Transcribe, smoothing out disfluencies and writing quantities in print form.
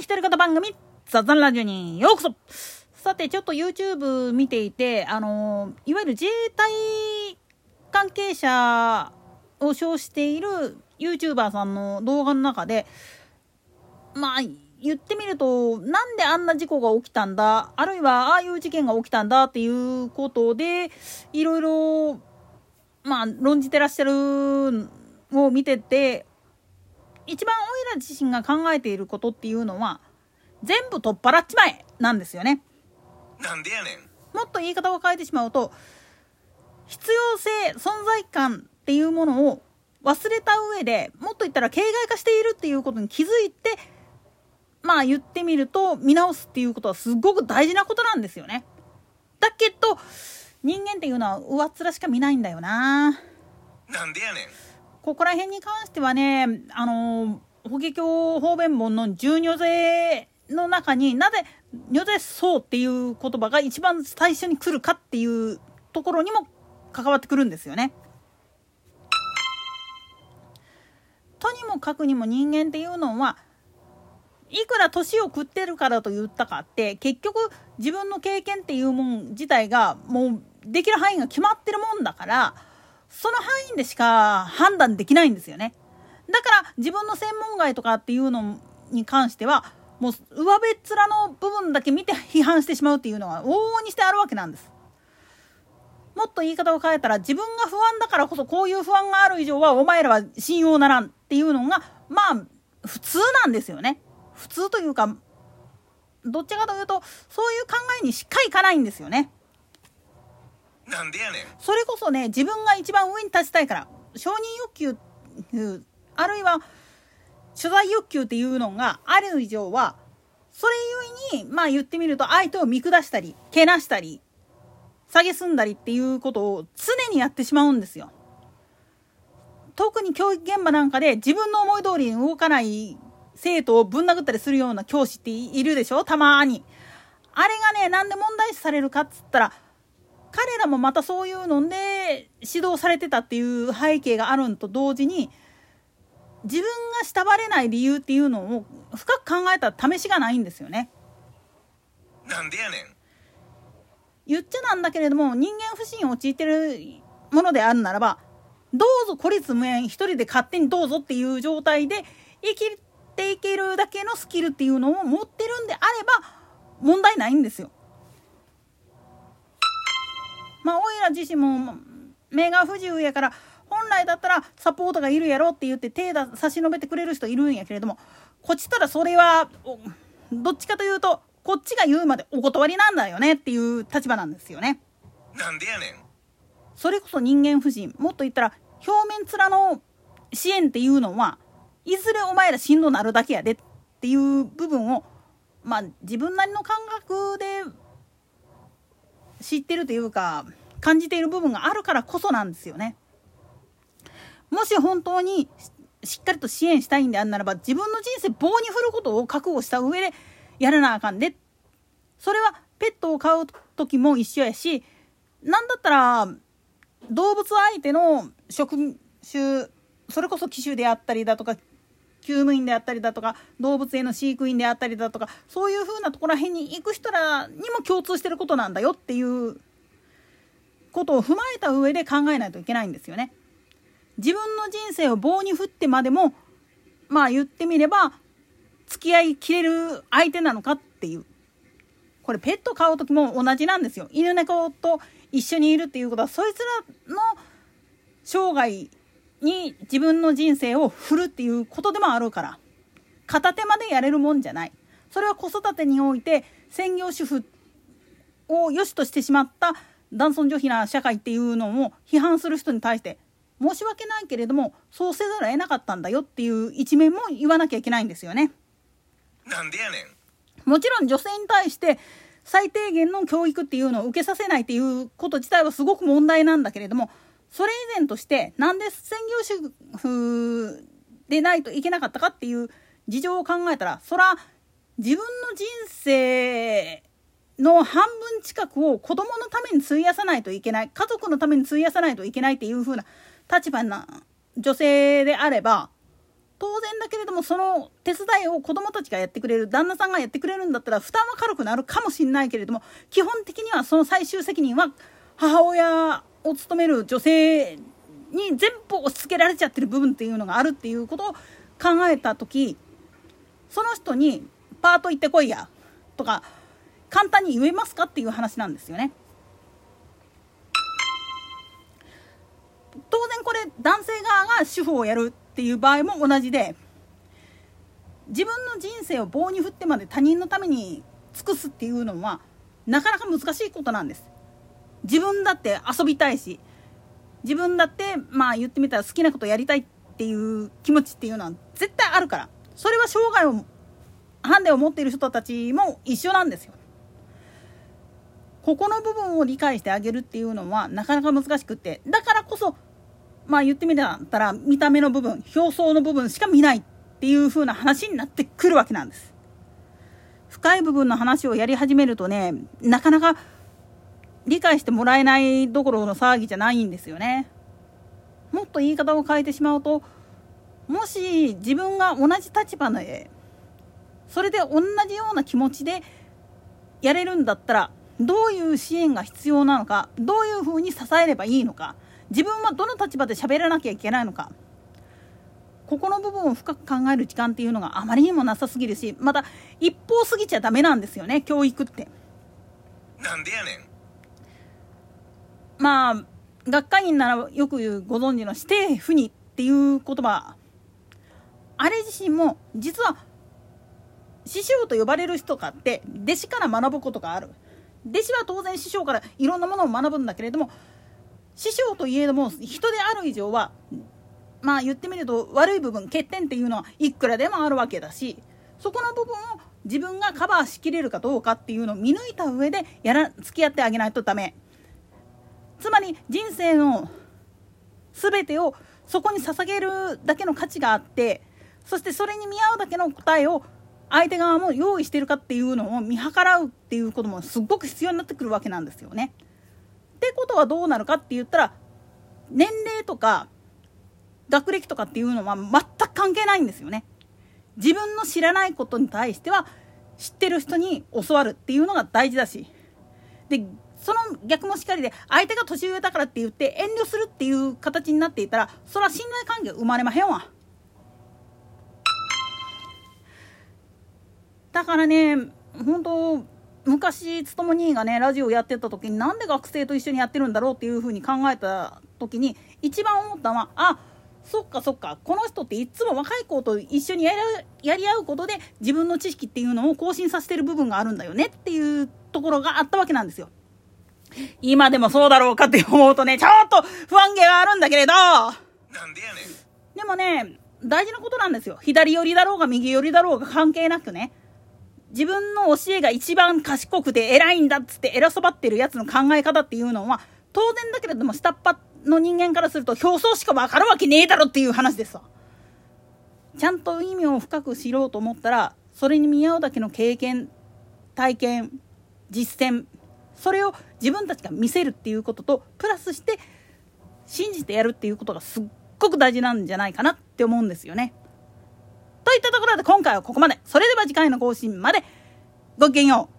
きてる方番組雑談ラジオにようこそ。さてちょっと YouTube 見ていていわゆる自衛隊関係者を称している YouTuber さんの動画の中で言ってみるとなんであんな事故が起きたんだ、あるいはああいう事件が起きたんだっていうことでいろいろ論じてらっしゃるのを見てて、一番オイラ自身が考えていることっていうのは全部取っ払っちまえなんですよね。 なんでやねん。 もっと言い方を変えてしまうと、必要性存在感っていうものを忘れた上で、もっと言ったら形骸化しているっていうことに気づいて言ってみると見直すっていうことはすごく大事なことなんですよね。だけど人間っていうのは上っ面しか見ないんだよな。 なんでやねん。 ここら辺に関してはね、法華経方便本の十如税の中になぜ如税そうっていう言葉が一番最初に来るかっていうところにも関わってくるんですよね。とにもかくにも人間っていうのはいくら年を食ってるからと言ったかって結局自分の経験っていうもん自体がもうできる範囲が決まってるもんだから、その範囲でしか判断できないんですよね。だから自分の専門外とかっていうのに関してはもう上辺っ面の部分だけ見て批判してしまうっていうのは往々にしてあるわけなんです。もっと言い方を変えたら、自分が不安だからこそこういう不安がある以上はお前らは信用ならんっていうのが普通なんですよね。普通というかどっちかというとそういう考えにしっかりいかないんですよね。 なんでやねん。 それこそね、自分が一番上に立ちたいから承認欲求あるいは所在欲求っていうのがある以上は、それゆえに言ってみると相手を見下したりけなしたり蔑んだりっていうことを常にやってしまうんですよ。特に教育現場なんかで自分の思い通りに動かない生徒をぶん殴ったりするような教師っているでしょ、たまに。あれがね、なんで問題視されるかっつったら、彼らもまたそういうので指導されてたっていう背景があるのと同時に、自分が慕われない理由っていうのを深く考えた試しがないんですよね。 なんでやねん。 言っちゃなんだけれども、人間不信に陥ってるものであるならば、どうぞ孤立無縁一人で勝手にどうぞっていう状態で生きていけるだけのスキルっていうのを持ってるんであれば問題ないんですよ。おいら自身も目が不自由やから、本来だったらサポートがいるやろって言って手差し伸べてくれる人いるんやけれども、こっちたらそれはどっちかというとこっちが言うまでお断りなんだよねっていう立場なんですよね。 なんでやねん。 それこそ人間不信、もっと言ったら表面面の支援っていうのはいずれお前らしんどなるだけやでっていう部分を自分なりの感覚で知ってるというか感じている部分があるからこそなんですよね。もし本当にしっかりと支援したいんであるならば、自分の人生棒に振ることを覚悟した上でやらなあかんで。それはペットを飼う時も一緒やし、なんだったら動物相手の職種、それこそ騎手であったりだとか厩務員であったりだとか動物園の飼育員であったりだとか、そういう風なところら辺に行く人らにも共通してることなんだよっていうことを踏まえた上で考えないといけないんですよね。自分の人生を棒に振ってまでも言ってみれば付き合いきれる相手なのかっていう、これペット飼う時も同じなんですよ。犬猫と一緒にいるっていうことは、そいつらの生涯に自分の人生を振るっていうことでもあるから、片手までやれるもんじゃない。それは子育てにおいて専業主婦を良しとしてしまった男尊女卑な社会っていうのを批判する人に対して申し訳ないけれども、そうせざるを得なかったんだよっていう一面も言わなきゃいけないんですよね。 なんでやねん。もちろん女性に対して最低限の教育っていうのを受けさせないっていうこと自体はすごく問題なんだけれども、それ以前としてなんで専業主婦でないといけなかったかっていう事情を考えたら、そら自分の人生の半分近くを子供のために費やさないといけない、家族のために費やさないといけないっていう風な立場な女性であれば、 当然だけれども、その手伝いを子どもたちがやってくれる、旦那さんがやってくれるんだったら負担は軽くなるかもしれないけれども、基本的にはその最終責任は母親を務める女性に全部押し付けられちゃってる部分っていうのがあるっていうことを考えた時、その人にパート行ってこいやとか簡単に言えますかっていう話なんですよね。当然これ男性側が主婦をやるっていう場合も同じで、自分の人生を棒に振ってまで他人のために尽くすっていうのはなかなか難しいことなんです。自分だって遊びたいし、自分だって言ってみたら好きなことやりたいっていう気持ちっていうのは絶対あるから、それは生涯をハンデを持っている人たちも一緒なんですよ。ここの部分を理解してあげるっていうのはなかなか難しくって、だからこそ言ってみたら見た目の部分、表層の部分しか見ないっていう風な話になってくるわけなんです。深い部分の話をやり始めるとね、なかなか理解してもらえないどころの騒ぎじゃないんですよね。もっと言い方を変えてしまうと、もし自分が同じ立場でそれで同じような気持ちでやれるんだったら、どういう支援が必要なのか、どういうふうに支えればいいのか、自分はどの立場で喋らなきゃいけないのか、ここの部分を深く考える時間っていうのがあまりにもなさすぎるし、また一方すぎちゃダメなんですよね、教育って。 なんでやねん。 学会員ならよく言うご存知の師弟不二っていう言葉、あれ自身も実は師匠と呼ばれる人があって、弟子から学ぶことがある。弟子は当然師匠からいろんなものを学ぶんだけれども、師匠といえども人である以上は言ってみると悪い部分、欠点っていうのはいくらでもあるわけだし、そこの部分を自分がカバーしきれるかどうかっていうのを見抜いた上で付き合ってあげないとダメ。つまり人生の全てをそこに捧げるだけの価値があって、そしてそれに見合うだけの答えを相手側も用意しているかっていうのを見計らうっていうこともすごく必要になってくるわけなんですよね。ってことはどうなるかって言ったら、年齢とか学歴とかっていうのは全く関係ないんですよね。自分の知らないことに対しては知ってる人に教わるっていうのが大事だし、でその逆もしかりで、相手が年上だからって言って遠慮するっていう形になっていたら、それは信頼関係生まれまへんわ。だからね、本当昔つとも兄がねラジオやってた時に、なんで学生と一緒にやってるんだろうっていう風に考えた時に一番思ったのは、そっかこの人っていつも若い子と一緒にやり合うことで自分の知識っていうのを更新させてる部分があるんだよねっていうところがあったわけなんですよ。今でもそうだろうかって思うとね、ちょっと不安げがあるんだけれど、 なんでやねん。 でもね、大事なことなんですよ。左寄りだろうが右寄りだろうが関係なくね、自分の教えが一番賢くて偉いんだっつって偉そばってるやつの考え方っていうのは、当然だけれども下っ端の人間からすると表層しか分かるわけねえだろっていう話ですわ。ちゃんと意味を深く知ろうと思ったら、それに見合うだけの経験、体験、実践、それを自分たちが見せるっていうこととプラスして信じてやるっていうことがすっごく大事なんじゃないかなって思うんですよね。といったところで今回はここまで。それでは次回の更新までごきげんよう。